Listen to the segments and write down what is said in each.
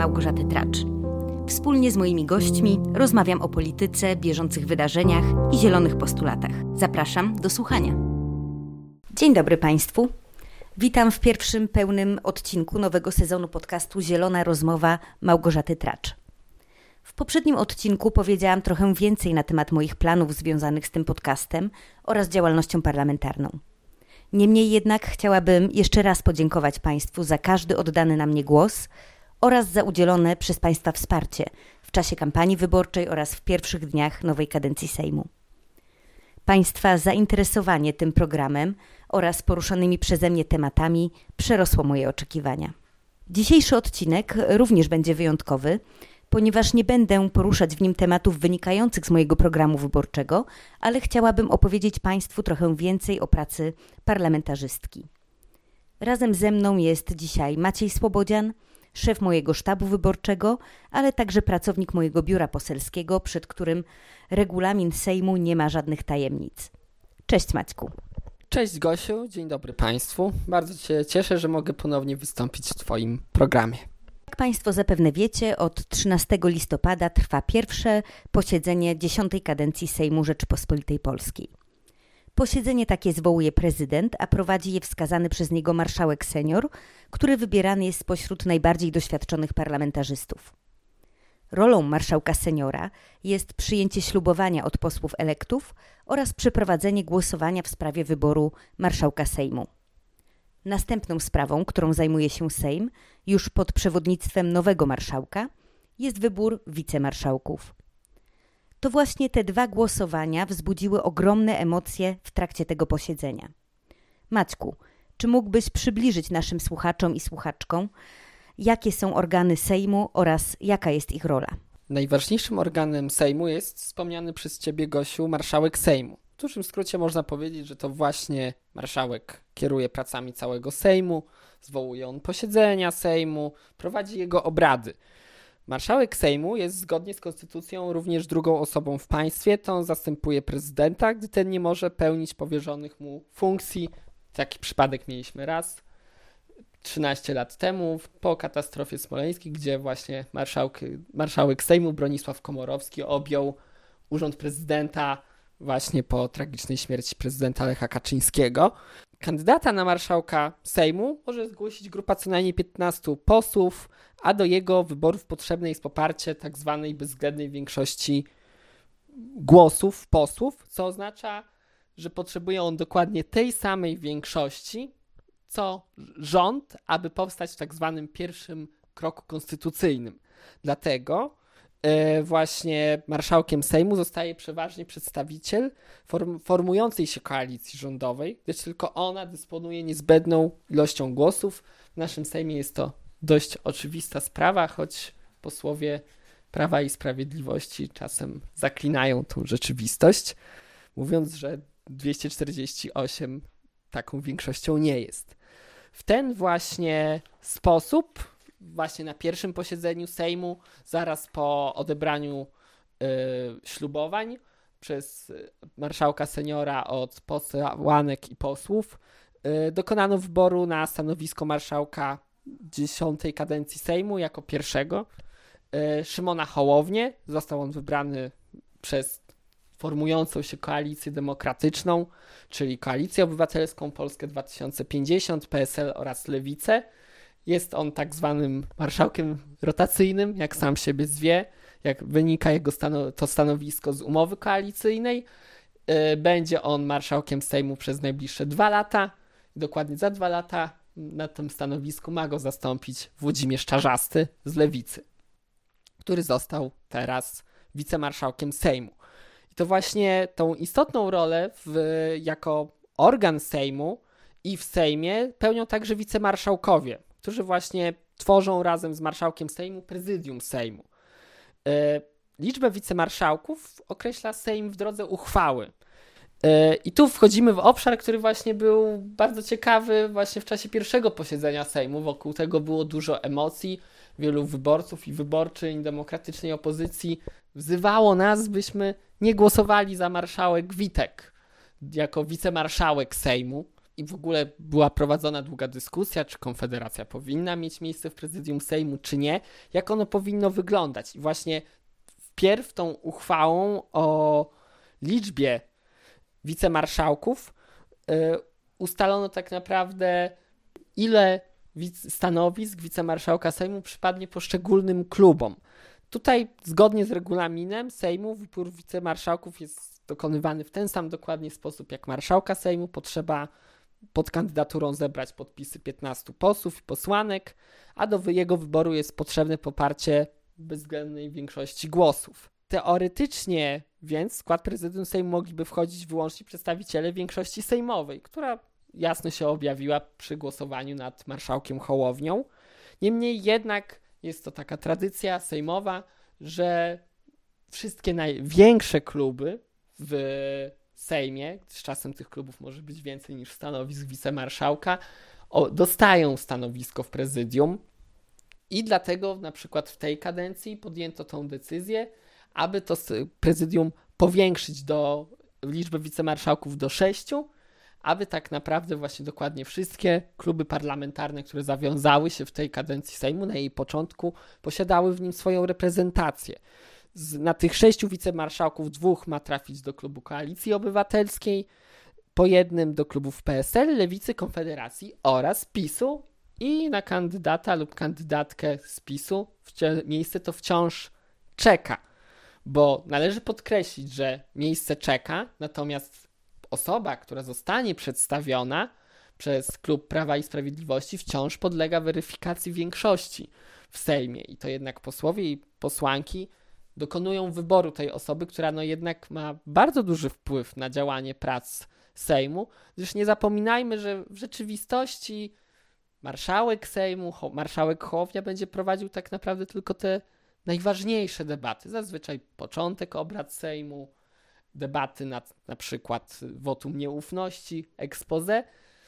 Małgorzaty Tracz. Wspólnie z moimi gośćmi rozmawiam o polityce, bieżących wydarzeniach i zielonych postulatach. Zapraszam do słuchania. Dzień dobry Państwu. Witam w pierwszym pełnym odcinku nowego sezonu podcastu Zielona Rozmowa Małgorzaty Tracz. W poprzednim odcinku powiedziałam trochę więcej na temat moich planów związanych z tym podcastem oraz działalnością parlamentarną. Niemniej jednak chciałabym jeszcze raz podziękować Państwu za każdy oddany na mnie głos oraz za udzielone przez Państwa wsparcie w czasie kampanii wyborczej oraz w pierwszych dniach nowej kadencji Sejmu. Państwa zainteresowanie tym programem oraz poruszanymi przeze mnie tematami przerosło moje oczekiwania. Dzisiejszy odcinek również będzie wyjątkowy, ponieważ nie będę poruszać w nim tematów wynikających z mojego programu wyborczego, ale chciałabym opowiedzieć Państwu trochę więcej o pracy parlamentarzystki. Razem ze mną jest dzisiaj Maciej Słobodzian, szef mojego sztabu wyborczego, ale także pracownik mojego biura poselskiego, przed którym regulamin Sejmu nie ma żadnych tajemnic. Cześć Maćku. Cześć Gosiu, dzień dobry Państwu. Bardzo się cieszę, że mogę ponownie wystąpić w Twoim programie. Jak Państwo zapewne wiecie, od 13 listopada trwa pierwsze posiedzenie 10. kadencji Sejmu Rzeczypospolitej Polskiej. Posiedzenie takie zwołuje prezydent, a prowadzi je wskazany przez niego marszałek senior, który wybierany jest spośród najbardziej doświadczonych parlamentarzystów. Rolą marszałka seniora jest przyjęcie ślubowania od posłów elektów oraz przeprowadzenie głosowania w sprawie wyboru marszałka Sejmu. Następną sprawą, którą zajmuje się Sejm, już pod przewodnictwem nowego marszałka, jest wybór wicemarszałków. To właśnie te dwa głosowania wzbudziły ogromne emocje w trakcie tego posiedzenia. Maćku, czy mógłbyś przybliżyć naszym słuchaczom i słuchaczkom, jakie są organy Sejmu oraz jaka jest ich rola? Najważniejszym organem Sejmu jest wspomniany przez Ciebie, Gosiu, marszałek Sejmu. W dużym skrócie można powiedzieć, że to właśnie marszałek kieruje pracami całego Sejmu, zwołuje on posiedzenia Sejmu, prowadzi jego obrady. Marszałek Sejmu jest zgodnie z konstytucją również drugą osobą w państwie, to on zastępuje prezydenta, gdy ten nie może pełnić powierzonych mu funkcji. Taki przypadek mieliśmy raz 13 lat temu po katastrofie smoleńskiej, gdzie właśnie marszałek Sejmu Bronisław Komorowski objął urząd prezydenta właśnie po tragicznej śmierci prezydenta Lecha Kaczyńskiego. Kandydata na marszałka Sejmu może zgłosić grupa co najmniej 15 posłów, a do jego wyborów potrzebne jest poparcie tzw. bezwzględnej większości głosów posłów, co oznacza, że potrzebuje on dokładnie tej samej większości, co rząd, aby powstać w tzw. pierwszym kroku konstytucyjnym. Dlatego właśnie marszałkiem Sejmu zostaje przeważnie przedstawiciel formującej się koalicji rządowej, gdyż tylko ona dysponuje niezbędną ilością głosów. W naszym Sejmie jest to dość oczywista sprawa, choć posłowie Prawa i Sprawiedliwości czasem zaklinają tą rzeczywistość, mówiąc, że 248 taką większością nie jest. W ten właśnie sposób właśnie na pierwszym posiedzeniu Sejmu, zaraz po odebraniu ślubowań przez marszałka seniora od posłanek i posłów, dokonano wyboru na stanowisko marszałka 10. kadencji Sejmu jako pierwszego Szymona Hołownię. Został on wybrany przez formującą się koalicję demokratyczną, czyli Koalicję Obywatelską, Polskę 2050, PSL oraz Lewicę. Jest on tak zwanym marszałkiem rotacyjnym, jak sam siebie zwie, jak wynika jego to stanowisko z umowy koalicyjnej. Będzie on marszałkiem Sejmu przez najbliższe 2 lata. Dokładnie za 2 lata na tym stanowisku ma go zastąpić Włodzimierz Czarzasty z Lewicy, który został teraz wicemarszałkiem Sejmu. I to właśnie tą istotną rolę jako organ Sejmu i w Sejmie pełnią także wicemarszałkowie, którzy właśnie tworzą razem z marszałkiem Sejmu prezydium Sejmu. Liczbę wicemarszałków określa Sejm w drodze uchwały. I tu wchodzimy w obszar, który właśnie był bardzo ciekawy właśnie w czasie pierwszego posiedzenia Sejmu. Wokół tego było dużo emocji. Wielu wyborców i wyborczyń demokratycznej opozycji wzywało nas, byśmy nie głosowali za marszałek Witek jako wicemarszałek Sejmu. i w ogóle była prowadzona długa dyskusja, czy Konfederacja powinna mieć miejsce w prezydium Sejmu, czy nie, jak ono powinno wyglądać. I właśnie wpierw tą uchwałą o liczbie wicemarszałków ustalono tak naprawdę, ile stanowisk wicemarszałka Sejmu przypadnie poszczególnym klubom. Tutaj zgodnie z regulaminem Sejmu wybór wicemarszałków jest dokonywany w ten sam dokładnie sposób jak marszałka Sejmu. Potrzeba pod kandydaturą zebrać podpisy 15 posłów i posłanek, a do jego wyboru jest potrzebne poparcie bezwzględnej większości głosów. Teoretycznie więc w skład prezydium Sejmu mogliby wchodzić wyłącznie przedstawiciele większości sejmowej, która jasno się objawiła przy głosowaniu nad marszałkiem Hołownią. Niemniej jednak jest to taka tradycja sejmowa, że wszystkie największe kluby w Sejmie, z czasem tych klubów może być więcej niż stanowisk wicemarszałka, dostają stanowisko w prezydium i dlatego na przykład w tej kadencji podjęto tą decyzję, aby to prezydium powiększyć do liczby wicemarszałków do 6, aby tak naprawdę właśnie dokładnie wszystkie kluby parlamentarne, które zawiązały się w tej kadencji Sejmu na jej początku, posiadały w nim swoją reprezentację. Na tych 6 wicemarszałków 2 ma trafić do klubu Koalicji Obywatelskiej, po jednym do klubów PSL, Lewicy, Konfederacji oraz PiS-u i na kandydata lub kandydatkę z PiS-u miejsce to wciąż czeka, bo należy podkreślić, że miejsce czeka, natomiast osoba, która zostanie przedstawiona przez klub Prawa i Sprawiedliwości wciąż podlega weryfikacji większości w Sejmie i to jednak posłowie i posłanki dokonują wyboru tej osoby, która jednak ma bardzo duży wpływ na działanie prac Sejmu, gdyż nie zapominajmy, że w rzeczywistości marszałek Sejmu, marszałek Hołownia będzie prowadził tak naprawdę tylko te najważniejsze debaty, zazwyczaj początek obrad Sejmu, debaty nad na przykład wotum nieufności, expose.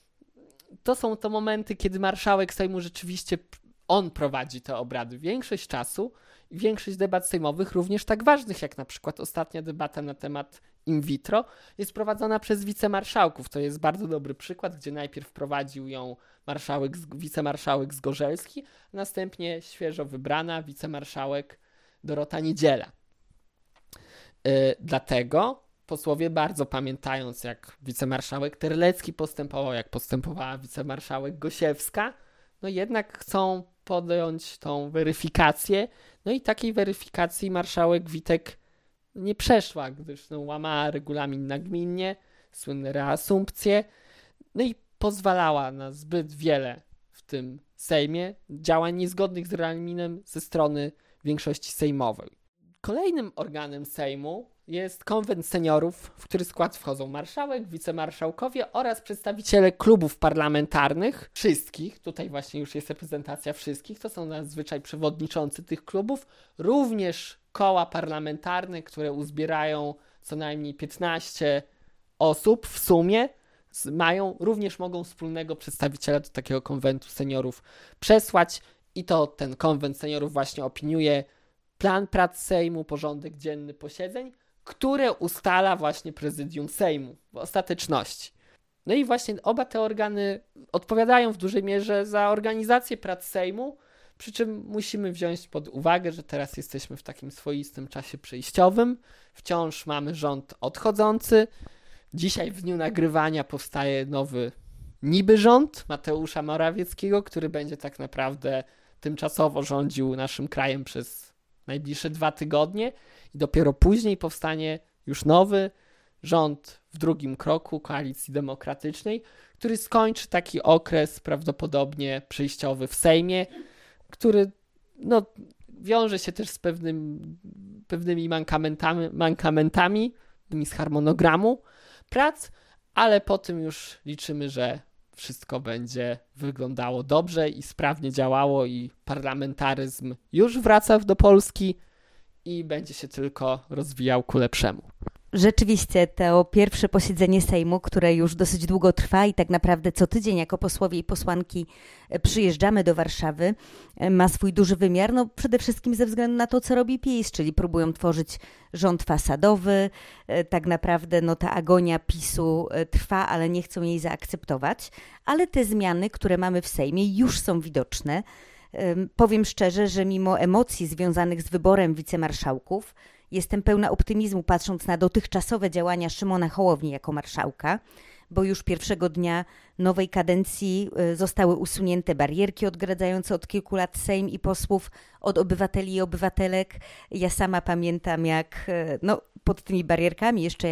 To są to momenty, kiedy marszałek Sejmu rzeczywiście on prowadzi te obrady większość czasu i większość debat sejmowych, również tak ważnych jak na przykład ostatnia debata na temat in vitro, jest prowadzona przez wicemarszałków. To jest bardzo dobry przykład, gdzie najpierw prowadził ją wicemarszałek Zgorzelski, a następnie świeżo wybrana wicemarszałek Dorota Niedziela. Dlatego posłowie bardzo pamiętając, jak wicemarszałek Terlecki postępował, jak postępowała wicemarszałek Gosiewska, jednak chcą podjąć tą weryfikację. I takiej weryfikacji marszałek Witek nie przeszła, gdyż łamała regulamin nagminnie, słynne reasumpcje, i pozwalała na zbyt wiele w tym Sejmie działań niezgodnych z regulaminem ze strony większości sejmowej. Kolejnym organem Sejmu jest konwent seniorów, w który skład wchodzą marszałek, wicemarszałkowie oraz przedstawiciele klubów parlamentarnych, wszystkich, tutaj właśnie już jest reprezentacja wszystkich, to są zazwyczaj przewodniczący tych klubów, również koła parlamentarne, które uzbierają co najmniej 15 osób w sumie, również mogą wspólnego przedstawiciela do takiego konwentu seniorów przesłać i to ten konwent seniorów właśnie opiniuje plan prac Sejmu, porządek dzienny posiedzeń, które ustala właśnie prezydium Sejmu w ostateczności. I właśnie oba te organy odpowiadają w dużej mierze za organizację prac Sejmu, przy czym musimy wziąć pod uwagę, że teraz jesteśmy w takim swoistym czasie przejściowym, wciąż mamy rząd odchodzący. Dzisiaj w dniu nagrywania powstaje nowy niby rząd Mateusza Morawieckiego, który będzie tak naprawdę tymczasowo rządził naszym krajem przez najbliższe 2 tygodnie i dopiero później powstanie już nowy rząd w drugim kroku Koalicji Demokratycznej, który skończy taki okres prawdopodobnie przejściowy w Sejmie, który wiąże się też z pewnymi mankamentami z harmonogramu prac, ale po tym już liczymy, że wszystko będzie wyglądało dobrze i sprawnie działało i parlamentaryzm już wraca do Polski i będzie się tylko rozwijał ku lepszemu. Rzeczywiście to pierwsze posiedzenie Sejmu, które już dosyć długo trwa i tak naprawdę co tydzień jako posłowie i posłanki przyjeżdżamy do Warszawy, ma swój duży wymiar, no przede wszystkim ze względu na to, co robi PiS, czyli próbują tworzyć rząd fasadowy. Tak naprawdę no, ta agonia PiS-u trwa, ale nie chcą jej zaakceptować. Ale te zmiany, które mamy w Sejmie, już są widoczne. Powiem szczerze, że mimo emocji związanych z wyborem wicemarszałków, jestem pełna optymizmu, patrząc na dotychczasowe działania Szymona Hołowni jako marszałka, bo już pierwszego dnia nowej kadencji zostały usunięte barierki odgradzające od kilku lat Sejm i posłów od obywateli i obywatelek. Ja sama pamiętam, jak pod tymi barierkami jeszcze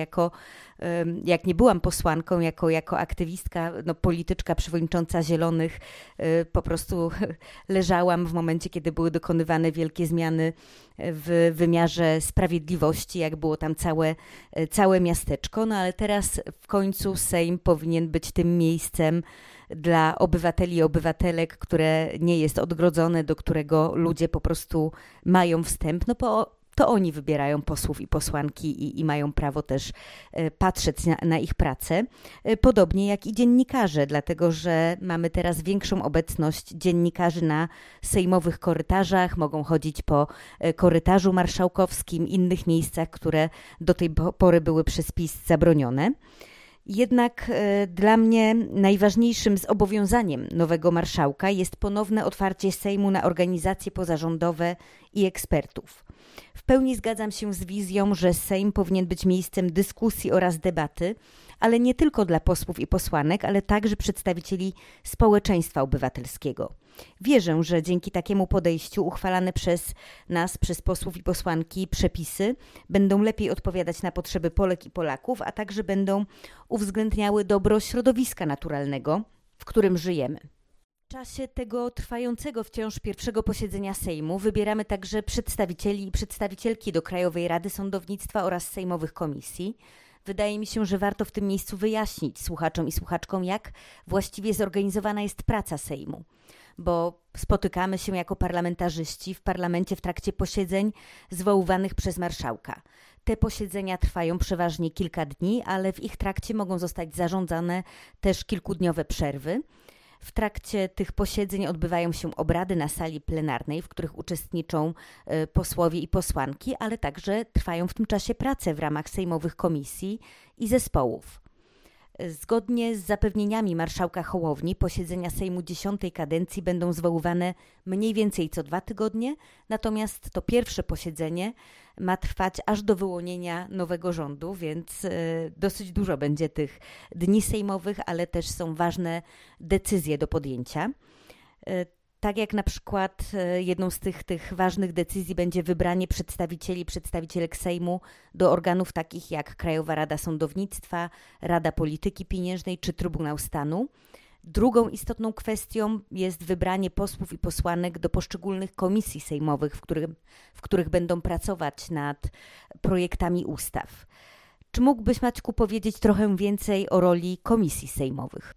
jak nie byłam posłanką, jako aktywistka, polityczka, przewodnicząca Zielonych, po prostu leżałam w momencie, kiedy były dokonywane wielkie zmiany w wymiarze sprawiedliwości, jak było tam całe miasteczko. No ale teraz w końcu Sejm powinien być tym miejscem dla obywateli i obywatelek, które nie jest odgrodzone, do którego ludzie po prostu mają wstęp, bo to oni wybierają posłów i posłanki i mają prawo też patrzeć na ich pracę. Podobnie jak i dziennikarze, dlatego że mamy teraz większą obecność dziennikarzy na sejmowych korytarzach, mogą chodzić po korytarzu marszałkowskim, innych miejscach, które do tej pory były przez PiS zabronione. Jednak dla mnie najważniejszym zobowiązaniem nowego marszałka jest ponowne otwarcie Sejmu na organizacje pozarządowe i ekspertów. W pełni zgadzam się z wizją, że Sejm powinien być miejscem dyskusji oraz debaty, ale nie tylko dla posłów i posłanek, ale także przedstawicieli społeczeństwa obywatelskiego. Wierzę, że dzięki takiemu podejściu uchwalane przez nas, przez posłów i posłanki przepisy będą lepiej odpowiadać na potrzeby Polek i Polaków, a także będą uwzględniały dobro środowiska naturalnego, w którym żyjemy. W czasie tego trwającego wciąż pierwszego posiedzenia Sejmu wybieramy także przedstawicieli i przedstawicielki do Krajowej Rady Sądownictwa oraz sejmowych komisji. Wydaje mi się, że warto w tym miejscu wyjaśnić słuchaczom i słuchaczkom, jak właściwie zorganizowana jest praca Sejmu. Bo spotykamy się jako parlamentarzyści w parlamencie w trakcie posiedzeń zwoływanych przez marszałka. Te posiedzenia trwają przeważnie kilka dni, ale w ich trakcie mogą zostać zarządzane też kilkudniowe przerwy. W trakcie tych posiedzeń odbywają się obrady na sali plenarnej, w których uczestniczą posłowie i posłanki, ale także trwają w tym czasie prace w ramach sejmowych komisji i zespołów. Zgodnie z zapewnieniami marszałka Hołowni posiedzenia Sejmu 10. kadencji będą zwoływane mniej więcej co 2 tygodnie, natomiast to pierwsze posiedzenie ma trwać aż do wyłonienia nowego rządu, więc dosyć dużo będzie tych dni sejmowych, ale też są ważne decyzje do podjęcia. Tak jak na przykład jedną z tych ważnych decyzji będzie wybranie przedstawicieli i przedstawicielek Sejmu do organów takich jak Krajowa Rada Sądownictwa, Rada Polityki Pieniężnej czy Trybunał Stanu. Drugą istotną kwestią jest wybranie posłów i posłanek do poszczególnych komisji sejmowych, w których będą pracować nad projektami ustaw. Czy mógłbyś, Maćku, powiedzieć trochę więcej o roli komisji sejmowych?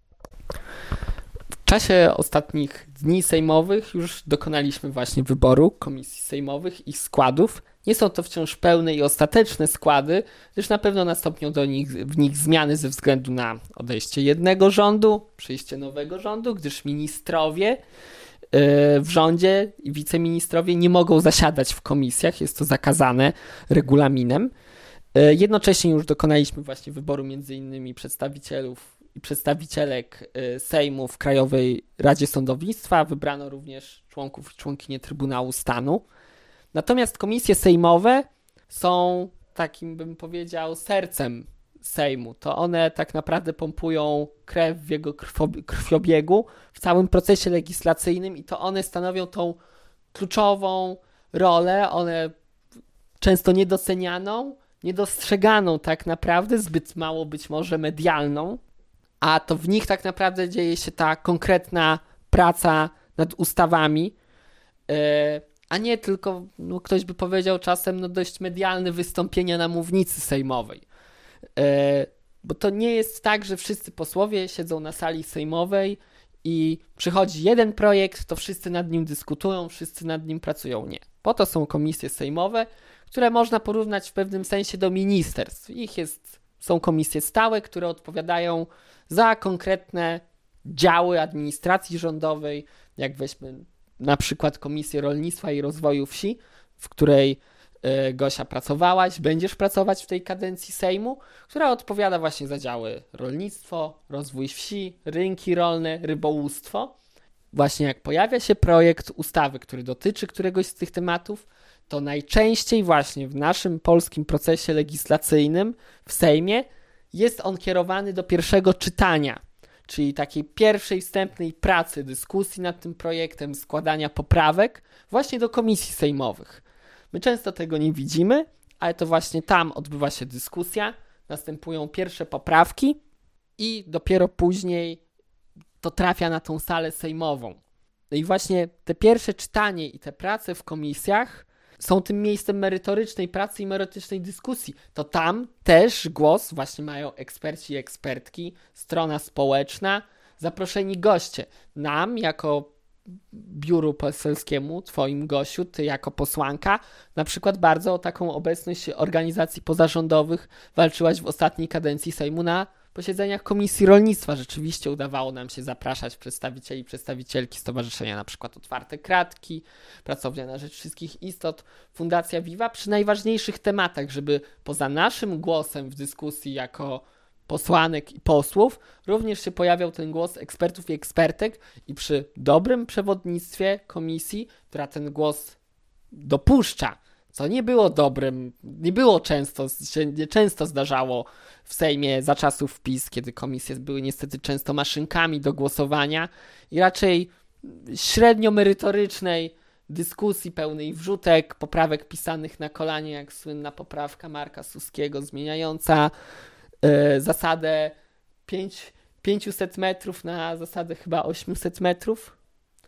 W czasie ostatnich dni sejmowych już dokonaliśmy właśnie wyboru komisji sejmowych, ich składów. Nie są to wciąż pełne i ostateczne składy, gdyż na pewno nastąpią w nich zmiany ze względu na odejście jednego rządu, przyjście nowego rządu, gdyż ministrowie w rządzie i wiceministrowie nie mogą zasiadać w komisjach, jest to zakazane regulaminem. Jednocześnie już dokonaliśmy właśnie wyboru między innymi przedstawicielów i przedstawicielek Sejmu w Krajowej Radzie Sądownictwa. Wybrano również członków i członkinie Trybunału Stanu. Natomiast komisje sejmowe są takim, bym powiedział, sercem Sejmu. To one tak naprawdę pompują krew w jego krwiobiegu w całym procesie legislacyjnym i to one stanowią tą kluczową rolę. One często niedocenianą, niedostrzeganą tak naprawdę, zbyt mało być może medialną, a to w nich tak naprawdę dzieje się ta konkretna praca nad ustawami, a nie tylko, ktoś by powiedział czasem, dość medialne wystąpienia na mównicy sejmowej. Bo to nie jest tak, że wszyscy posłowie siedzą na sali sejmowej i przychodzi jeden projekt, to wszyscy nad nim dyskutują, wszyscy nad nim pracują. Nie. Po to są komisje sejmowe, które można porównać w pewnym sensie do ministerstw. Są komisje stałe, które odpowiadają za konkretne działy administracji rządowej, jak weźmy na przykład Komisję Rolnictwa i Rozwoju Wsi, w której Gosia pracowałaś, będziesz pracować w tej kadencji Sejmu, która odpowiada właśnie za działy rolnictwo, rozwój wsi, rynki rolne, rybołówstwo. Właśnie jak pojawia się projekt ustawy, który dotyczy któregoś z tych tematów, to najczęściej właśnie w naszym polskim procesie legislacyjnym w Sejmie jest on kierowany do pierwszego czytania, czyli takiej pierwszej wstępnej pracy, dyskusji nad tym projektem, składania poprawek właśnie do komisji sejmowych. My często tego nie widzimy, ale to właśnie tam odbywa się dyskusja, następują pierwsze poprawki i dopiero później to trafia na tą salę sejmową. No i właśnie te pierwsze czytanie i te prace w komisjach są tym miejscem merytorycznej pracy i merytorycznej dyskusji. To tam też głos właśnie mają eksperci i ekspertki, strona społeczna, zaproszeni goście. Nam jako biuru poselskiemu, twoim Gosiu, ty jako posłanka, na przykład bardzo o taką obecność organizacji pozarządowych walczyłaś w ostatniej kadencji Sejmu na posiedzeniach Komisji Rolnictwa. Rzeczywiście udawało nam się zapraszać przedstawicieli i przedstawicielki stowarzyszenia, na przykład Otwarte Kratki, Pracownia na Rzecz Wszystkich Istot, Fundacja Viva, przy najważniejszych tematach, żeby poza naszym głosem w dyskusji jako posłanek i posłów również się pojawiał ten głos ekspertów i ekspertek i przy dobrym przewodnictwie komisji, która ten głos dopuszcza, co nie było dobrym, nieczęsto zdarzało w Sejmie za czasów PiS, kiedy komisje były niestety często maszynkami do głosowania i raczej średnio merytorycznej dyskusji pełnej wrzutek, poprawek pisanych na kolanie, jak słynna poprawka Marka Suskiego zmieniająca zasadę 500 metrów na zasadę chyba 800 metrów.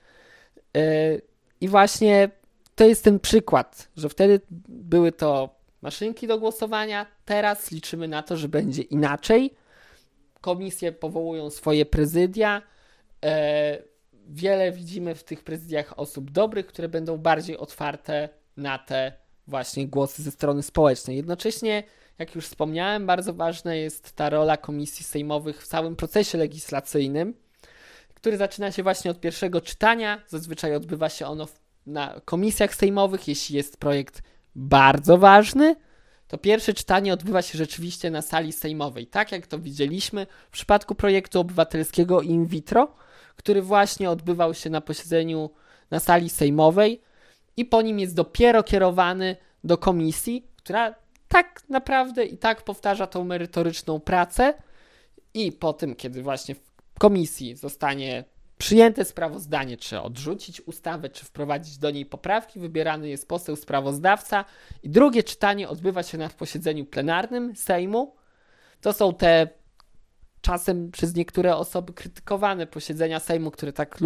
I właśnie to jest ten przykład, że wtedy były to maszynki do głosowania, teraz liczymy na to, że będzie inaczej. Komisje powołują swoje prezydia. Wiele widzimy w tych prezydiach osób dobrych, które będą bardziej otwarte na te właśnie głosy ze strony społecznej. Jednocześnie, jak już wspomniałem, bardzo ważna jest ta rola komisji sejmowych w całym procesie legislacyjnym, który zaczyna się właśnie od pierwszego czytania. Zazwyczaj odbywa się ono na komisjach sejmowych. Jeśli jest projekt bardzo ważny, to pierwsze czytanie odbywa się rzeczywiście na sali sejmowej. Tak jak to widzieliśmy w przypadku projektu obywatelskiego in vitro, który właśnie odbywał się na posiedzeniu na sali sejmowej i po nim jest dopiero kierowany do komisji, która tak naprawdę i tak powtarza tą merytoryczną pracę i po tym, kiedy właśnie w komisji zostanie przyjęte sprawozdanie, czy odrzucić ustawę, czy wprowadzić do niej poprawki, wybierany jest poseł sprawozdawca i drugie czytanie odbywa się na posiedzeniu plenarnym Sejmu. To są te czasem przez niektóre osoby krytykowane posiedzenia Sejmu, które tak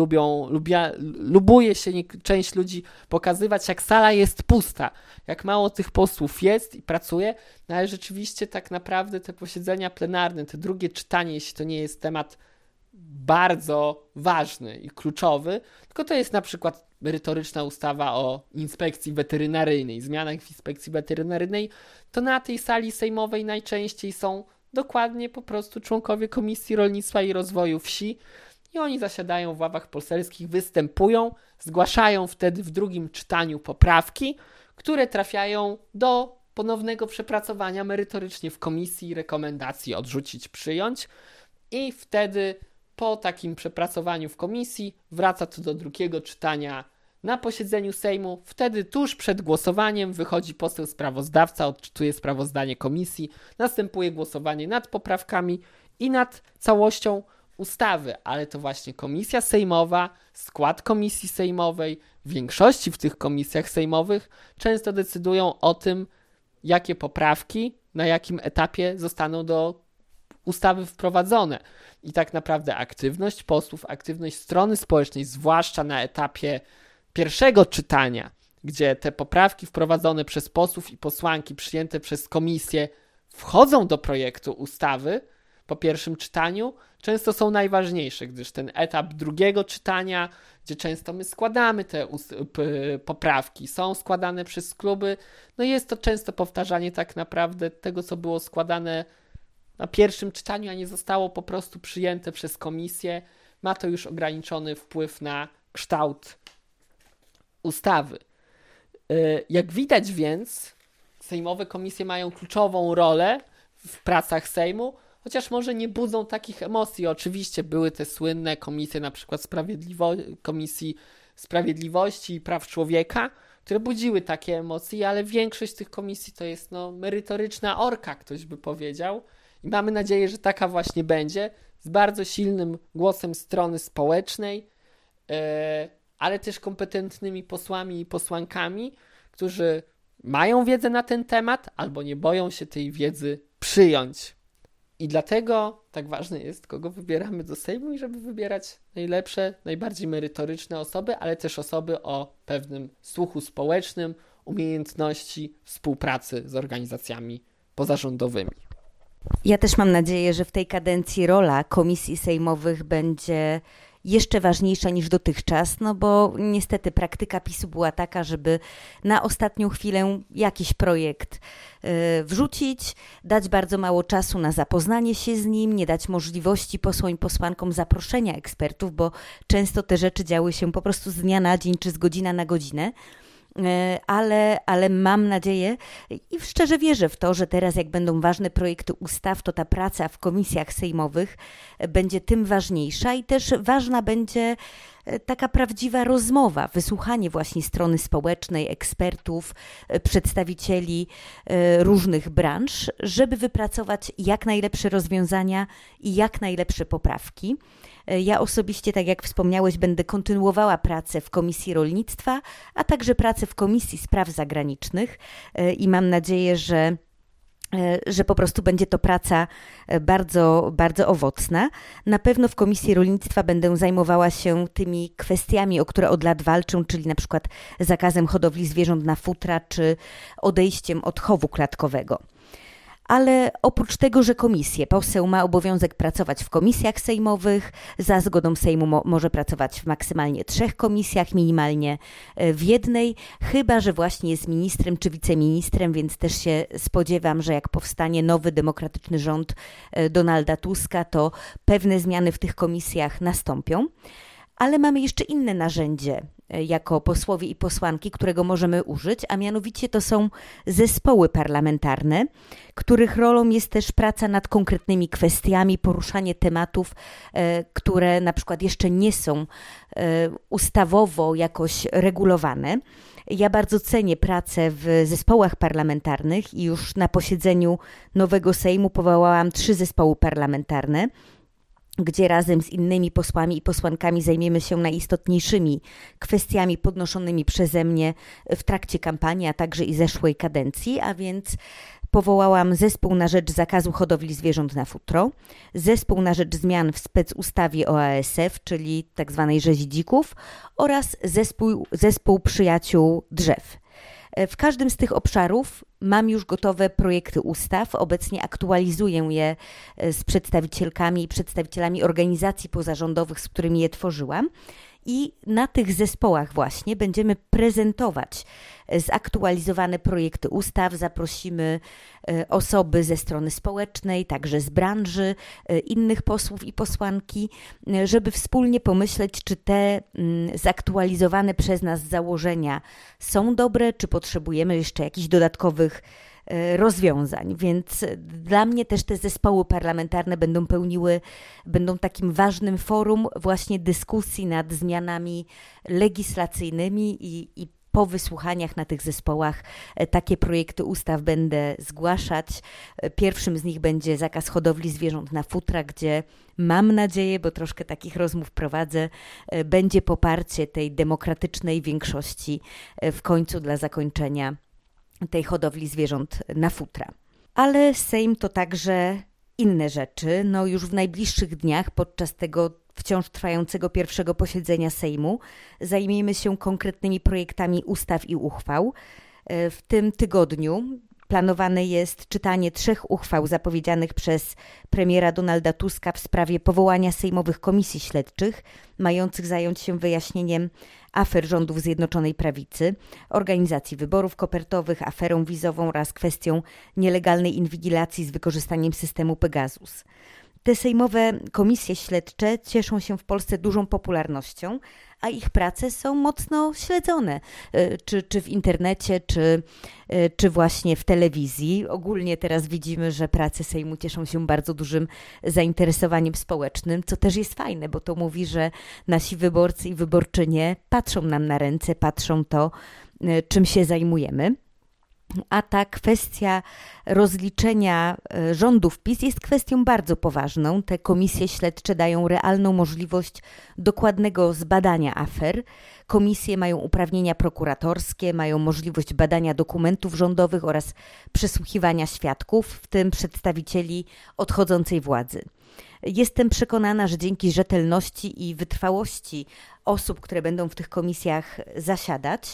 lubuje się część ludzi pokazywać, jak sala jest pusta, jak mało tych posłów jest i pracuje, no ale rzeczywiście tak naprawdę te posiedzenia plenarne, te drugie czytanie, jeśli to nie jest temat bardzo ważny i kluczowy, tylko to jest na przykład merytoryczna ustawa o inspekcji weterynaryjnej, zmianach w inspekcji weterynaryjnej, to na tej sali sejmowej najczęściej są dokładnie po prostu członkowie Komisji Rolnictwa i Rozwoju Wsi i oni zasiadają w ławach poselskich, występują, zgłaszają wtedy w drugim czytaniu poprawki, które trafiają do ponownego przepracowania merytorycznie w komisji, rekomendacji odrzucić, przyjąć i wtedy po takim przepracowaniu w komisji wraca to do drugiego czytania na posiedzeniu Sejmu. Wtedy tuż przed głosowaniem wychodzi poseł sprawozdawca, odczytuje sprawozdanie komisji, następuje głosowanie nad poprawkami i nad całością ustawy, ale to właśnie komisja sejmowa, skład komisji sejmowej, w większości w tych komisjach sejmowych często decydują o tym, jakie poprawki na jakim etapie zostaną do ustawy wprowadzone. I tak naprawdę aktywność posłów, aktywność strony społecznej, zwłaszcza na etapie pierwszego czytania, gdzie te poprawki wprowadzone przez posłów i posłanki, przyjęte przez komisję, wchodzą do projektu ustawy, po pierwszym czytaniu, często są najważniejsze, gdyż ten etap drugiego czytania, gdzie często my składamy te poprawki, są składane przez kluby, no jest to często powtarzanie tak naprawdę tego, co było składane na pierwszym czytaniu, a nie zostało po prostu przyjęte przez komisję. Ma to już ograniczony wpływ na kształt ustawy. Jak widać więc, sejmowe komisje mają kluczową rolę w pracach Sejmu, chociaż może nie budzą takich emocji. Oczywiście były te słynne komisje, na przykład Komisji Sprawiedliwości i Praw Człowieka, które budziły takie emocje, ale większość tych komisji to jest merytoryczna orka, ktoś by powiedział. I mamy nadzieję, że taka właśnie będzie, z bardzo silnym głosem strony społecznej, ale też kompetentnymi posłami i posłankami, którzy mają wiedzę na ten temat albo nie boją się tej wiedzy przyjąć. I dlatego tak ważne jest, kogo wybieramy do Sejmu i żeby wybierać najlepsze, najbardziej merytoryczne osoby, ale też osoby o pewnym słuchu społecznym, umiejętności współpracy z organizacjami pozarządowymi. Ja też mam nadzieję, że w tej kadencji rola komisji sejmowych będzie jeszcze ważniejsza niż dotychczas, no bo niestety praktyka PiS-u była taka, żeby na ostatnią chwilę jakiś projekt wrzucić, dać bardzo mało czasu na zapoznanie się z nim, nie dać możliwości posłom i posłankom zaproszenia ekspertów, bo często te rzeczy działy się po prostu z dnia na dzień czy z godzina na godzinę. Ale mam nadzieję i szczerze wierzę w to, że teraz jak będą ważne projekty ustaw, to ta praca w komisjach sejmowych będzie tym ważniejsza i też ważna będzie taka prawdziwa rozmowa, wysłuchanie właśnie strony społecznej, ekspertów, przedstawicieli różnych branż, żeby wypracować jak najlepsze rozwiązania i jak najlepsze poprawki. Ja osobiście, tak jak wspomniałeś, będę kontynuowała pracę w Komisji Rolnictwa, a także pracę w Komisji Spraw Zagranicznych i mam nadzieję, że po prostu będzie to praca bardzo, bardzo owocna. Na pewno w Komisji Rolnictwa będę zajmowała się tymi kwestiami, o które od lat walczę, czyli na przykład zakazem hodowli zwierząt na futra czy odejściem od chowu klatkowego. Ale oprócz tego, że poseł ma obowiązek pracować w komisjach sejmowych, za zgodą Sejmu może pracować w maksymalnie 3 komisjach, minimalnie w jednej, chyba że właśnie jest ministrem czy wiceministrem, więc też się spodziewam, że jak powstanie nowy demokratyczny rząd Donalda Tuska, to pewne zmiany w tych komisjach nastąpią. Ale mamy jeszcze inne narzędzie jako posłowie i posłanki, którego możemy użyć, a mianowicie to są zespoły parlamentarne, których rolą jest też praca nad konkretnymi kwestiami, poruszanie tematów, które na przykład jeszcze nie są ustawowo jakoś regulowane. Ja bardzo cenię pracę w zespołach parlamentarnych i już na posiedzeniu nowego Sejmu powołałam 3 zespoły parlamentarne, gdzie razem z innymi posłami i posłankami zajmiemy się najistotniejszymi kwestiami podnoszonymi przeze mnie w trakcie kampanii, a także i zeszłej kadencji, a więc powołałam zespół na rzecz zakazu hodowli zwierząt na futro, zespół na rzecz zmian w specustawie o ASF, czyli tzw. rzezi dzików, oraz zespół przyjaciół drzew. W każdym z tych obszarów mam już gotowe projekty ustaw, obecnie aktualizuję je z przedstawicielkami i przedstawicielami organizacji pozarządowych, z którymi je tworzyłam. I na tych zespołach właśnie będziemy prezentować zaktualizowane projekty ustaw. Zaprosimy osoby ze strony społecznej, także z branży, innych posłów i posłanki, żeby wspólnie pomyśleć, czy te zaktualizowane przez nas założenia są dobre, czy potrzebujemy jeszcze jakichś dodatkowych rozwiązań, więc dla mnie też te zespoły parlamentarne będą takim ważnym forum właśnie dyskusji nad zmianami legislacyjnymi i po wysłuchaniach na tych zespołach takie projekty ustaw będę zgłaszać. Pierwszym z nich będzie zakaz hodowli zwierząt na futra, gdzie mam nadzieję, bo troszkę takich rozmów prowadzę, będzie poparcie tej demokratycznej większości w końcu dla zakończenia tej hodowli zwierząt na futra. Ale Sejm to także inne rzeczy. No już w najbliższych dniach podczas tego wciąż trwającego pierwszego posiedzenia Sejmu zajmiemy się konkretnymi projektami ustaw i uchwał. W tym tygodniu planowane jest czytanie 3 uchwał zapowiedzianych przez premiera Donalda Tuska w sprawie powołania sejmowych komisji śledczych mających zająć się wyjaśnieniem afer rządów Zjednoczonej Prawicy, organizacji wyborów kopertowych, aferą wizową oraz kwestią nielegalnej inwigilacji z wykorzystaniem systemu Pegasus. Te sejmowe komisje śledcze cieszą się w Polsce dużą popularnością, a ich prace są mocno śledzone, czy w internecie, czy właśnie w telewizji. Ogólnie teraz widzimy, że prace Sejmu cieszą się bardzo dużym zainteresowaniem społecznym, co też jest fajne, bo to mówi, że nasi wyborcy i wyborczynie patrzą nam na ręce, patrzą to, czym się zajmujemy. A ta kwestia rozliczenia rządów PiS jest kwestią bardzo poważną. Te komisje śledcze dają realną możliwość dokładnego zbadania afer. Komisje mają uprawnienia prokuratorskie, mają możliwość badania dokumentów rządowych oraz przesłuchiwania świadków, w tym przedstawicieli odchodzącej władzy. Jestem przekonana, że dzięki rzetelności i wytrwałości osób, które będą w tych komisjach zasiadać,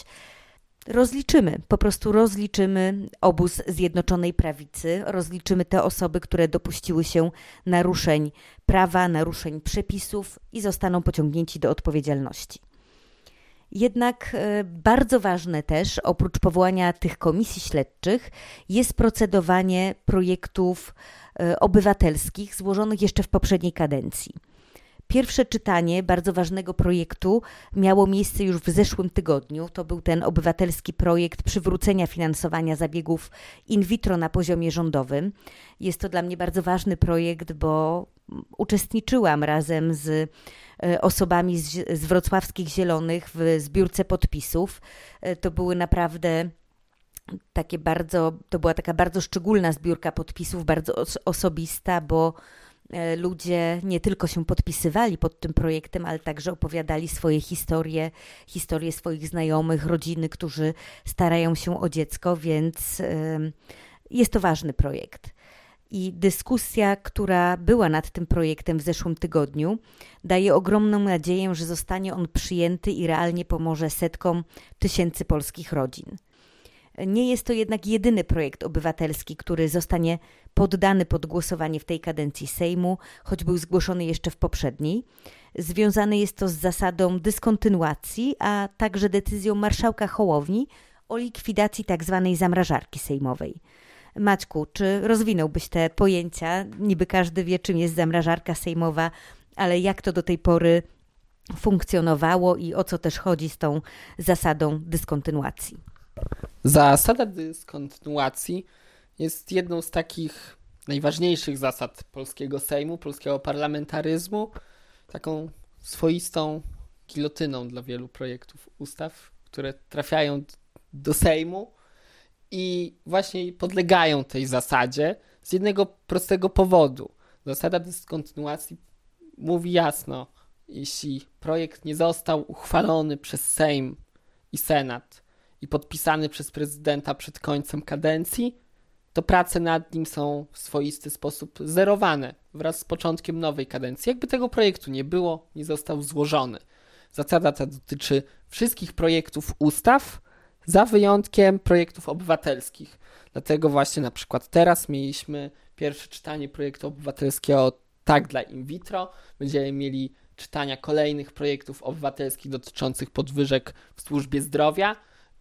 po prostu rozliczymy obóz Zjednoczonej Prawicy, rozliczymy te osoby, które dopuściły się naruszeń prawa, naruszeń przepisów i zostaną pociągnięci do odpowiedzialności. Jednak bardzo ważne też, oprócz powołania tych komisji śledczych, jest procedowanie projektów obywatelskich złożonych jeszcze w poprzedniej kadencji. Pierwsze czytanie bardzo ważnego projektu miało miejsce już w zeszłym tygodniu. To był ten obywatelski projekt przywrócenia finansowania zabiegów in vitro na poziomie rządowym. Jest to dla mnie bardzo ważny projekt, bo uczestniczyłam razem z osobami z wrocławskich Zielonych w zbiórce podpisów. To były naprawdę to była taka bardzo szczególna zbiórka podpisów, bardzo osobista, bo ludzie nie tylko się podpisywali pod tym projektem, ale także opowiadali swoje historie swoich znajomych, rodziny, którzy starają się o dziecko, więc jest to ważny projekt. I dyskusja, która była nad tym projektem w zeszłym tygodniu, daje ogromną nadzieję, że zostanie on przyjęty i realnie pomoże setkom tysięcy polskich rodzin. Nie jest to jednak jedyny projekt obywatelski, który zostanie poddany pod głosowanie w tej kadencji Sejmu, choć był zgłoszony jeszcze w poprzedniej. Związane jest to z zasadą dyskontynuacji, a także decyzją marszałka Hołowni o likwidacji tzw. zamrażarki sejmowej. Maćku, czy rozwinąłbyś te pojęcia? Niby każdy wie, czym jest zamrażarka sejmowa, ale jak to do tej pory funkcjonowało i o co też chodzi z tą zasadą dyskontynuacji? Zasada dyskontynuacji jest jedną z takich najważniejszych zasad polskiego Sejmu, polskiego parlamentaryzmu, taką swoistą gilotyną dla wielu projektów ustaw, które trafiają do Sejmu i właśnie podlegają tej zasadzie z jednego prostego powodu. Zasada dyskontynuacji mówi jasno, jeśli projekt nie został uchwalony przez Sejm i Senat i podpisany przez prezydenta przed końcem kadencji, to prace nad nim są w swoisty sposób zerowane wraz z początkiem nowej kadencji. Jakby tego projektu nie było, nie został złożony. Zasada ta dotyczy wszystkich projektów ustaw, za wyjątkiem projektów obywatelskich. Dlatego właśnie na przykład teraz mieliśmy pierwsze czytanie projektu obywatelskiego Tak dla in vitro. Będziemy mieli czytania kolejnych projektów obywatelskich dotyczących podwyżek w służbie zdrowia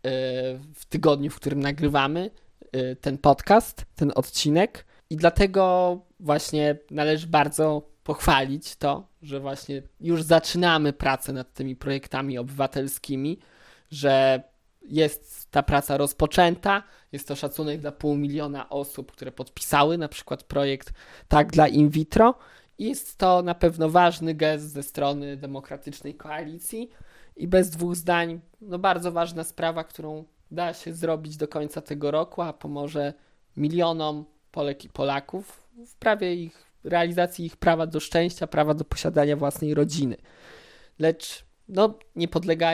w tygodniu, w którym nagrywamy ten podcast, ten odcinek. I dlatego właśnie należy bardzo pochwalić to, że właśnie już zaczynamy pracę nad tymi projektami obywatelskimi, że jest ta praca rozpoczęta, jest to szacunek dla 500 000 osób, które podpisały na przykład projekt Tak dla in vitro i jest to na pewno ważny gest ze strony Demokratycznej Koalicji i bez dwóch zdań bardzo ważna sprawa, którą da się zrobić do końca tego roku, a pomoże milionom Polek i Polaków w prawie realizacji ich prawa do szczęścia, prawa do posiadania własnej rodziny. Lecz nie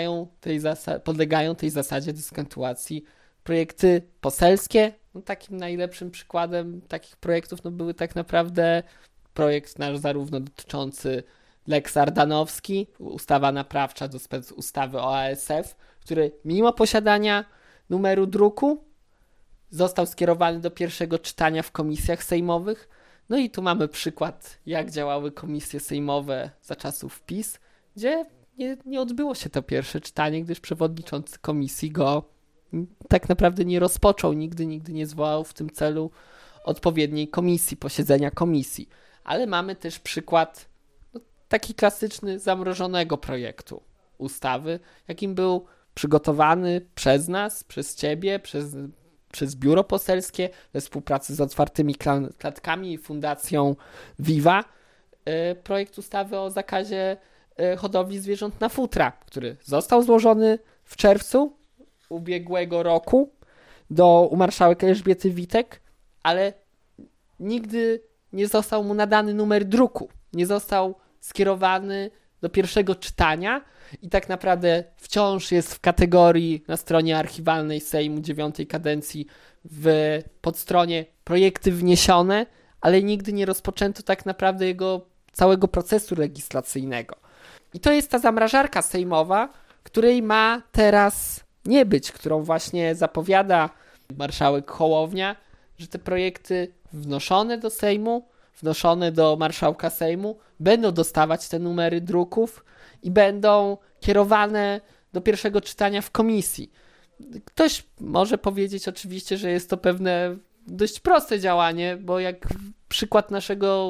podlegają tej zasadzie dyskontynuacji projekty poselskie. Takim najlepszym przykładem takich projektów były tak naprawdę projekt nasz zarówno dotyczący Lex Ardanowski, ustawa naprawcza do specustawy o ASF, który mimo posiadania numeru druku został skierowany do pierwszego czytania w komisjach sejmowych. No i tu mamy przykład, jak działały komisje sejmowe za czasów PiS, gdzie nie odbyło się to pierwsze czytanie, gdyż przewodniczący komisji go tak naprawdę nie rozpoczął, nigdy nie zwołał w tym celu odpowiedniej komisji, posiedzenia komisji. Ale mamy też przykład taki klasyczny zamrożonego projektu ustawy, jakim był przygotowany przez nas, przez ciebie, przez biuro poselskie we współpracy z Otwartymi Klatkami i Fundacją Viva projekt ustawy o zakazie hodowli zwierząt na futra, który został złożony w czerwcu ubiegłego roku u marszałek Elżbiety Witek, ale nigdy nie został mu nadany numer druku, nie został skierowany do pierwszego czytania i tak naprawdę wciąż jest w kategorii na stronie archiwalnej Sejmu 9 kadencji w podstronie projekty wniesione, ale nigdy nie rozpoczęto tak naprawdę jego całego procesu legislacyjnego. I to jest ta zamrażarka sejmowa, której ma teraz nie być, którą właśnie zapowiada marszałek Hołownia, że te projekty wnoszone do Sejmu, wnoszone do marszałka Sejmu będą dostawać te numery druków i będą kierowane do pierwszego czytania w komisji. Ktoś może powiedzieć oczywiście, że jest to pewne dość proste działanie, bo jak przykład naszego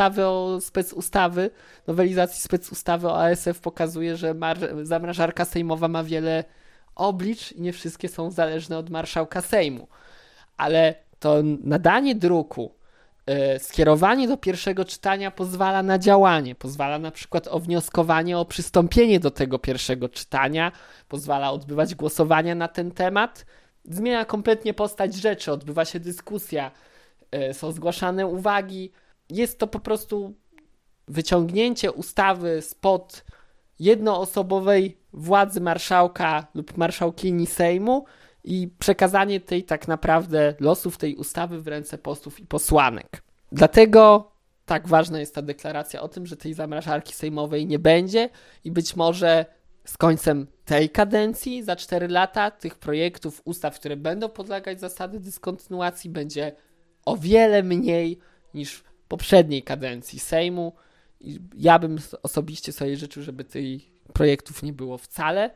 nowelizacji specustawy o ASF pokazuje, że zamrażarka sejmowa ma wiele oblicz i nie wszystkie są zależne od marszałka Sejmu. Ale to nadanie druku, skierowanie do pierwszego czytania pozwala na działanie, pozwala na przykład o wnioskowanie o przystąpienie do tego pierwszego czytania, pozwala odbywać głosowania na ten temat, zmienia kompletnie postać rzeczy, odbywa się dyskusja, są zgłaszane uwagi. Jest to po prostu wyciągnięcie ustawy spod jednoosobowej władzy marszałka lub marszałkini Sejmu i przekazanie tej tak naprawdę losów tej ustawy w ręce posłów i posłanek. Dlatego tak ważna jest ta deklaracja o tym, że tej zamrażarki sejmowej nie będzie i być może z końcem tej kadencji za 4 lata tych projektów ustaw, które będą podlegać zasady dyskontynuacji, będzie o wiele mniej niż w poprzedniej kadencji Sejmu. I ja bym osobiście sobie życzył, żeby tych projektów nie było wcale.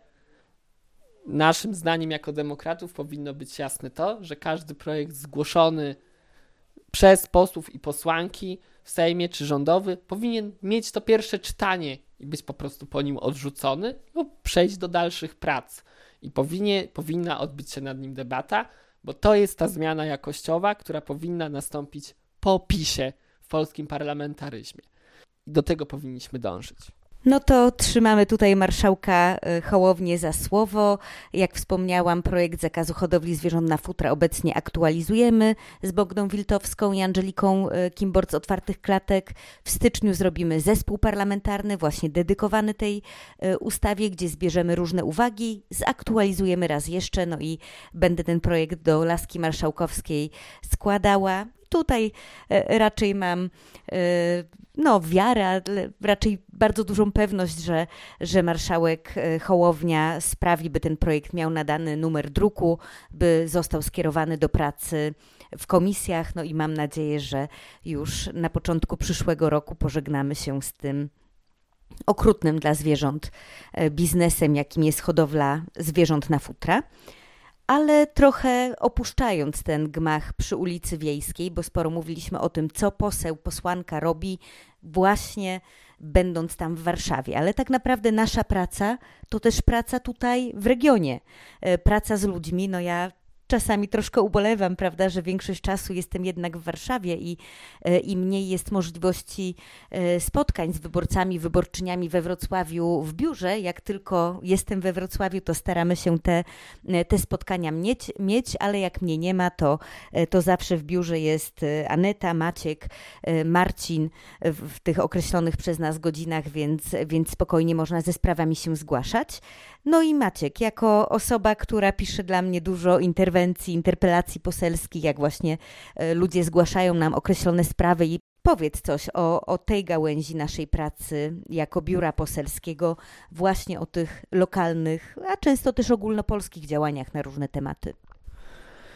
Naszym zdaniem jako demokratów powinno być jasne to, że każdy projekt zgłoszony przez posłów i posłanki w Sejmie czy rządowy powinien mieć to pierwsze czytanie i być po prostu po nim odrzucony lub przejść do dalszych prac. I powinna odbyć się nad nim debata, bo to jest ta zmiana jakościowa, która powinna nastąpić po PiS-ie w polskim parlamentaryzmie. I do tego powinniśmy dążyć. No to trzymamy tutaj marszałka Hołownię za słowo. Jak wspomniałam, projekt zakazu hodowli zwierząt na futra obecnie aktualizujemy z Bogdą Wiltowską i Angeliką Kimbor z Otwartych Klatek. W styczniu zrobimy zespół parlamentarny właśnie dedykowany tej ustawie, gdzie zbierzemy różne uwagi, zaktualizujemy raz jeszcze, no i będę ten projekt do laski marszałkowskiej składała. Tutaj raczej mam wiarę, ale raczej bardzo dużą pewność, że marszałek Hołownia sprawi, by ten projekt miał nadany numer druku, by został skierowany do pracy w komisjach. No i mam nadzieję, że już na początku przyszłego roku pożegnamy się z tym okrutnym dla zwierząt biznesem, jakim jest hodowla zwierząt na futra. Ale trochę opuszczając ten gmach przy ulicy Wiejskiej, bo sporo mówiliśmy o tym, co poseł, posłanka robi właśnie będąc tam w Warszawie. Ale tak naprawdę nasza praca to też praca tutaj w regionie, praca z ludźmi. No ja czasami troszkę ubolewam, prawda, że większość czasu jestem jednak w Warszawie i mniej jest możliwości spotkań z wyborcami, wyborczyniami we Wrocławiu w biurze. Jak tylko jestem we Wrocławiu, to staramy się te spotkania mieć, ale jak mnie nie ma, to zawsze w biurze jest Aneta, Maciek, Marcin w tych określonych przez nas godzinach, więc spokojnie można ze sprawami się zgłaszać. No i Maciek, jako osoba, która pisze dla mnie dużo interpelacji poselskich, jak właśnie ludzie zgłaszają nam określone sprawy i powiedz coś o tej gałęzi naszej pracy jako biura poselskiego, właśnie o tych lokalnych, a często też ogólnopolskich działaniach na różne tematy.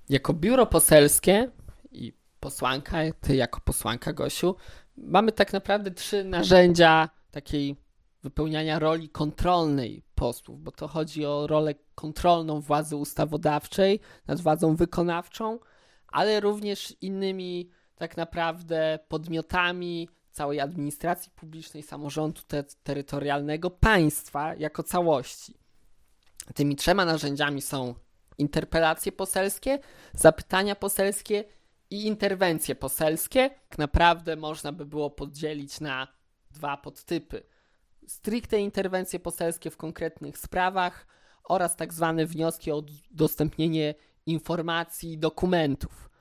Jako biuro poselskie i posłanka, ty jako posłanka, Gosiu, mamy tak naprawdę 3 narzędzia takiej wypełniania roli kontrolnej posłów, bo to chodzi o rolę kontrolną władzy ustawodawczej nad władzą wykonawczą, ale również innymi tak naprawdę podmiotami całej administracji publicznej, samorządu terytorialnego, państwa jako całości. Tymi 3 narzędziami są interpelacje poselskie, zapytania poselskie i interwencje poselskie. Tak naprawdę można by było podzielić na 2 podtypy. Stricte interwencje poselskie w konkretnych sprawach oraz tak zwane wnioski o udostępnienie informacji i dokumentów.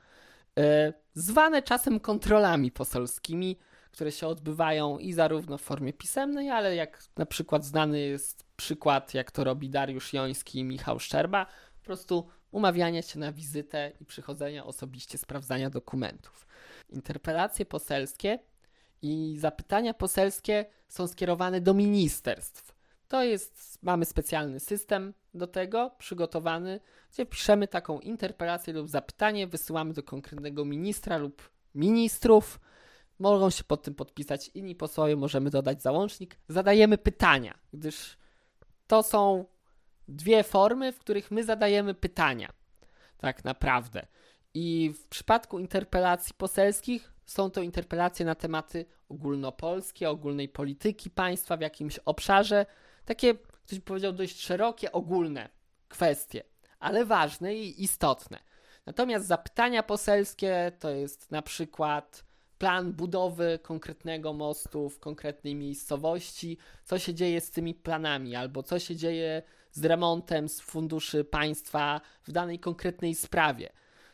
Zwane czasem kontrolami poselskimi, które się odbywają i zarówno w formie pisemnej, ale jak na przykład znany jest przykład, jak to robi Dariusz Joński i Michał Szczerba, po prostu umawiania się na wizytę i przychodzenia osobiście sprawdzania dokumentów. Interpelacje poselskie i zapytania poselskie są skierowane do ministerstw. Mamy specjalny system do tego przygotowany, gdzie piszemy taką interpelację lub zapytanie, wysyłamy do konkretnego ministra lub ministrów. Mogą się pod tym podpisać inni posłowie, możemy dodać załącznik. Zadajemy pytania, gdyż to są 2 formy, w których my zadajemy pytania. Tak naprawdę. I w przypadku interpelacji poselskich są to interpelacje na tematy ogólnopolskie, ogólnej polityki państwa w jakimś obszarze. Takie, ktoś powiedział, dość szerokie, ogólne kwestie, ale ważne i istotne. Natomiast zapytania poselskie to jest na przykład plan budowy konkretnego mostu w konkretnej miejscowości, co się dzieje z tymi planami, albo co się dzieje z remontem z funduszy państwa w danej konkretnej sprawie.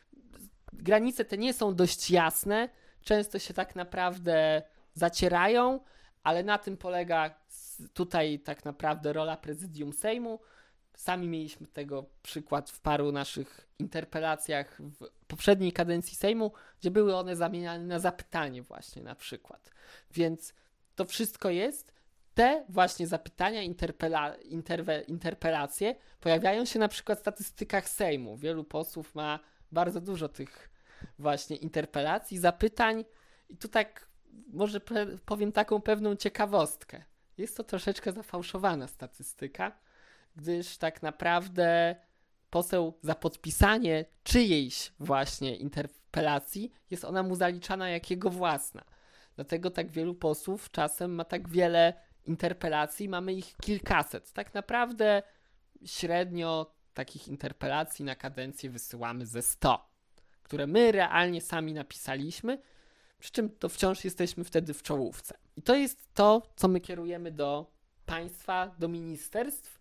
Granice te nie są dość jasne, często się tak naprawdę zacierają, ale na tym polega tutaj tak naprawdę rola prezydium Sejmu. Sami mieliśmy tego przykład w paru naszych interpelacjach w poprzedniej kadencji Sejmu, gdzie były one zamieniane na zapytanie właśnie na przykład. Więc to wszystko jest. Te właśnie zapytania, interpelacje pojawiają się na przykład w statystykach Sejmu. Wielu posłów ma bardzo dużo tych właśnie interpelacji, zapytań i tu tak może powiem taką pewną ciekawostkę. Jest to troszeczkę zafałszowana statystyka, gdyż tak naprawdę poseł za podpisanie czyjejś właśnie interpelacji jest ona mu zaliczana jak jego własna. Dlatego tak wielu posłów czasem ma tak wiele interpelacji, mamy ich kilkaset. Tak naprawdę średnio takich interpelacji na kadencję wysyłamy ze 100, które my realnie sami napisaliśmy, przy czym to wciąż jesteśmy wtedy w czołówce. I to jest to, co my kierujemy do państwa, do ministerstw,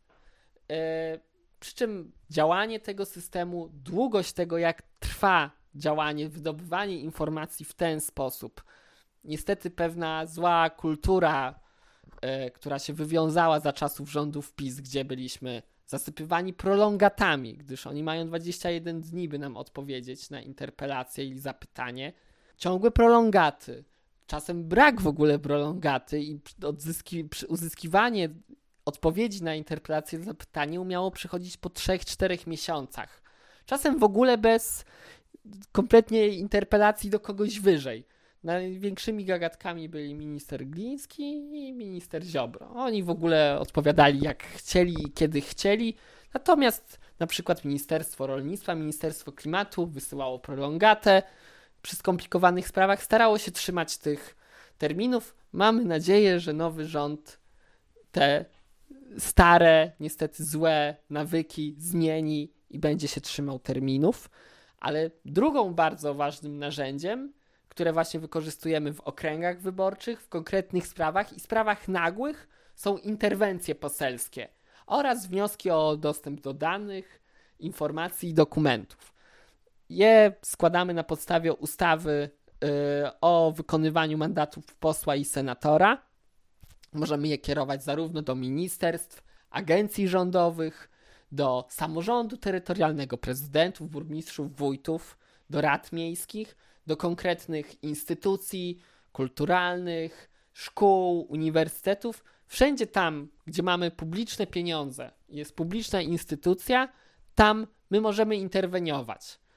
przy czym działanie tego systemu, długość tego, jak trwa działanie, wydobywanie informacji w ten sposób, niestety pewna zła kultura, która się wywiązała za czasów rządów PiS, gdzie byliśmy zasypywani prolongatami, gdyż oni mają 21 dni, by nam odpowiedzieć na interpelację i zapytanie. Ciągłe prolongaty, czasem brak w ogóle prolongaty i uzyskiwanie odpowiedzi na interpelację i zapytanie umiało przychodzić po 3-4 miesiącach. Czasem w ogóle bez kompletnie interpelacji do kogoś wyżej. Największymi gagatkami byli minister Gliński i minister Ziobro. Oni w ogóle odpowiadali jak chcieli i kiedy chcieli. Natomiast na przykład Ministerstwo Rolnictwa, Ministerstwo Klimatu wysyłało prolongatę. Przy skomplikowanych sprawach starało się trzymać tych terminów. Mamy nadzieję, że nowy rząd te stare, niestety złe nawyki zmieni i będzie się trzymał terminów. Ale drugą bardzo ważnym narzędziem, które właśnie wykorzystujemy w okręgach wyborczych, w konkretnych sprawach i sprawach nagłych, są interwencje poselskie oraz wnioski o dostęp do danych, informacji i dokumentów. Je składamy na podstawie ustawy o wykonywaniu mandatów posła i senatora. Możemy je kierować zarówno do ministerstw, agencji rządowych, do samorządu terytorialnego, prezydentów, burmistrzów, wójtów, do rad miejskich, do konkretnych instytucji kulturalnych, szkół, uniwersytetów. Wszędzie tam, gdzie mamy publiczne pieniądze, jest publiczna instytucja, tam my możemy interweniować.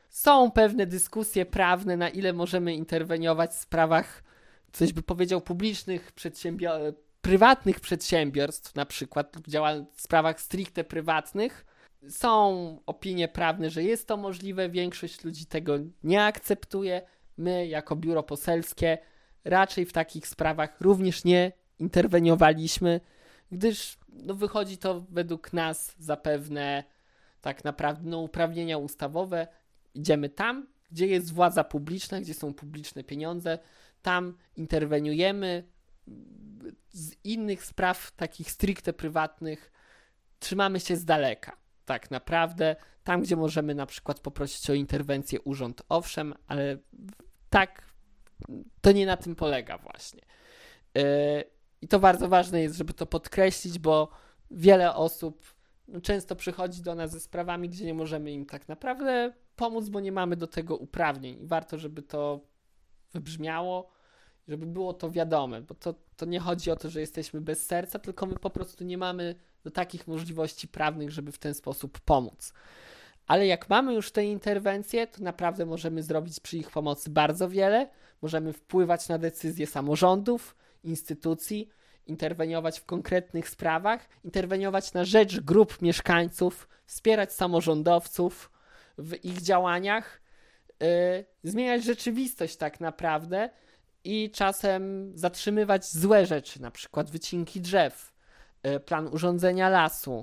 Są pewne dyskusje prawne, na ile możemy interweniować w sprawach, coś by powiedział, publicznych, prywatnych przedsiębiorstw, na przykład lub w sprawach stricte prywatnych. Są opinie prawne, że jest to możliwe, większość ludzi tego nie akceptuje. My, jako biuro poselskie, raczej w takich sprawach również nie interweniowaliśmy, gdyż wychodzi to według nas zapewne tak naprawdę uprawnienia ustawowe. Idziemy tam, gdzie jest władza publiczna, gdzie są publiczne pieniądze, tam interweniujemy. Z innych spraw, takich stricte prywatnych, trzymamy się z daleka. Tak naprawdę, tam gdzie możemy na przykład poprosić o interwencję urząd, owszem, ale tak, to nie na tym polega właśnie. I to bardzo ważne jest, żeby to podkreślić, bo wiele osób często przychodzi do nas ze sprawami, gdzie nie możemy im tak naprawdę pomóc, bo nie mamy do tego uprawnień. I warto, żeby to wybrzmiało, żeby było to wiadome, bo to nie chodzi o to, że jesteśmy bez serca, tylko my po prostu nie mamy do takich możliwości prawnych, żeby w ten sposób pomóc. Ale jak mamy już te interwencje, to naprawdę możemy zrobić przy ich pomocy bardzo wiele. Możemy wpływać na decyzje samorządów, instytucji, interweniować w konkretnych sprawach, interweniować na rzecz grup mieszkańców, wspierać samorządowców w ich działaniach, zmieniać rzeczywistość tak naprawdę i czasem zatrzymywać złe rzeczy, na przykład wycinki drzew, plan urządzenia lasu,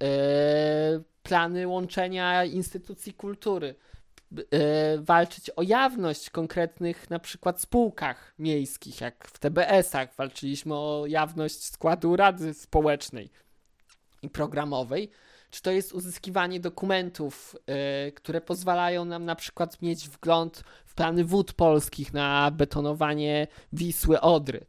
plany łączenia instytucji kultury, walczyć o jawność w konkretnych na przykład spółkach miejskich, jak w TBS-ach walczyliśmy o jawność składu Rady Społecznej i Programowej. Czy to jest uzyskiwanie dokumentów, które pozwalają nam na przykład mieć wgląd w plany wód polskich na betonowanie Wisły, Odry.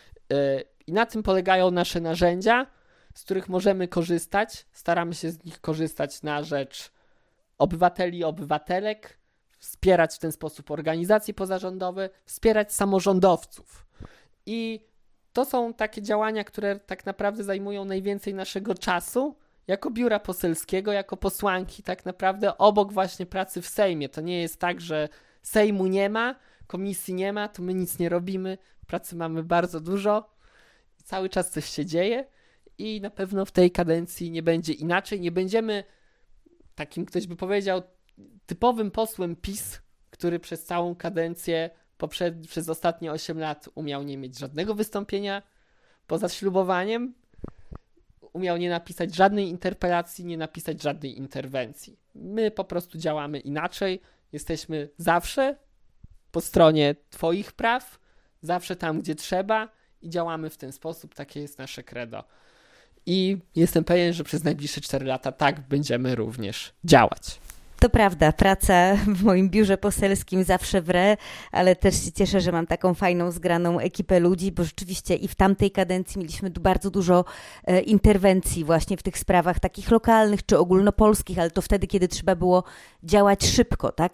I na tym polegają nasze narzędzia, z których możemy korzystać. Staramy się z nich korzystać na rzecz obywateli i obywatelek, wspierać w ten sposób organizacje pozarządowe, wspierać samorządowców. I to są takie działania, które tak naprawdę zajmują najwięcej naszego czasu, jako biura poselskiego, jako posłanki tak naprawdę obok właśnie pracy w Sejmie. To nie jest tak, że Sejmu nie ma, komisji nie ma, to my nic nie robimy, pracy mamy bardzo dużo, cały czas coś się dzieje i na pewno w tej kadencji nie będzie inaczej. Nie będziemy takim, ktoś by powiedział, typowym posłem PiS, który przez całą kadencję przez ostatnie 8 lat umiał nie mieć żadnego wystąpienia poza ślubowaniem, umiał nie napisać żadnej interpelacji, nie napisać żadnej interwencji. My po prostu działamy inaczej, jesteśmy zawsze po stronie twoich praw, zawsze tam, gdzie trzeba i działamy w ten sposób, takie jest nasze credo. I jestem pewien, że przez najbliższe 4 lata tak będziemy również działać. To prawda, praca w moim biurze poselskim zawsze wre, ale też się cieszę, że mam taką fajną, zgraną ekipę ludzi, bo rzeczywiście i w tamtej kadencji mieliśmy bardzo dużo interwencji właśnie w tych sprawach takich lokalnych czy ogólnopolskich, ale to wtedy, kiedy trzeba było działać szybko, tak?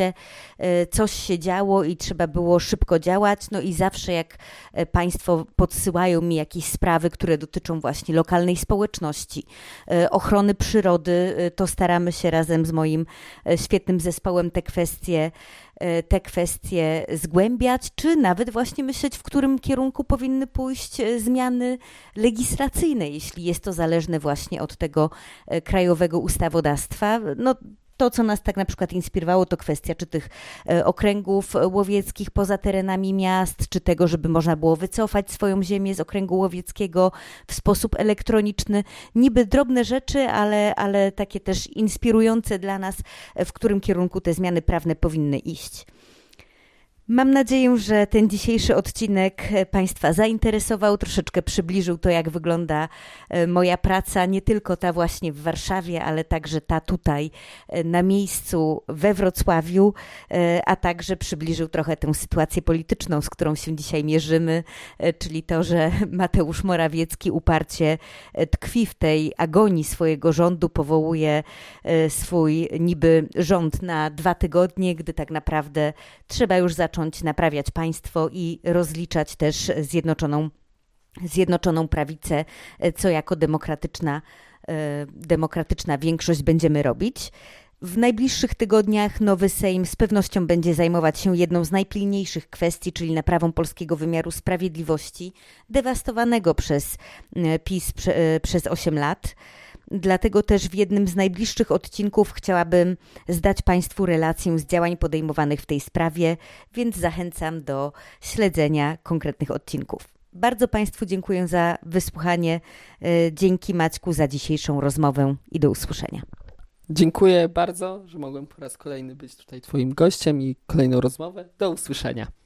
Coś się działo i trzeba było szybko działać, no i zawsze jak państwo podsyłają mi jakieś sprawy, które dotyczą właśnie lokalnej społeczności, ochrony przyrody, to staramy się razem z moim świetnym zespołem te kwestie zgłębiać, czy nawet właśnie myśleć, w którym kierunku powinny pójść zmiany legislacyjne, jeśli jest to zależne właśnie od tego krajowego ustawodawstwa. No, to, co nas tak na przykład inspirowało, to kwestia czy tych okręgów łowieckich poza terenami miast, czy tego, żeby można było wycofać swoją ziemię z okręgu łowieckiego w sposób elektroniczny. Niby drobne rzeczy, ale takie też inspirujące dla nas, w którym kierunku te zmiany prawne powinny iść. Mam nadzieję, że ten dzisiejszy odcinek Państwa zainteresował, troszeczkę przybliżył to, jak wygląda moja praca, nie tylko ta właśnie w Warszawie, ale także ta tutaj na miejscu we Wrocławiu, a także przybliżył trochę tę sytuację polityczną, z którą się dzisiaj mierzymy, czyli to, że Mateusz Morawiecki uparcie tkwi w tej agonii swojego rządu, powołuje swój niby rząd na 2 tygodnie, gdy tak naprawdę trzeba już zacząć naprawiać państwo i rozliczać też zjednoczoną prawicę, co jako demokratyczna większość będziemy robić. W najbliższych tygodniach nowy Sejm z pewnością będzie zajmować się jedną z najpilniejszych kwestii, czyli naprawą polskiego wymiaru sprawiedliwości, dewastowanego przez PiS przez 8 lat. Dlatego też w jednym z najbliższych odcinków chciałabym zdać Państwu relację z działań podejmowanych w tej sprawie, więc zachęcam do śledzenia konkretnych odcinków. Bardzo Państwu dziękuję za wysłuchanie. Dzięki Maćku za dzisiejszą rozmowę i do usłyszenia. Dziękuję bardzo, że mogłem po raz kolejny być tutaj Twoim gościem i kolejną rozmowę. Do usłyszenia.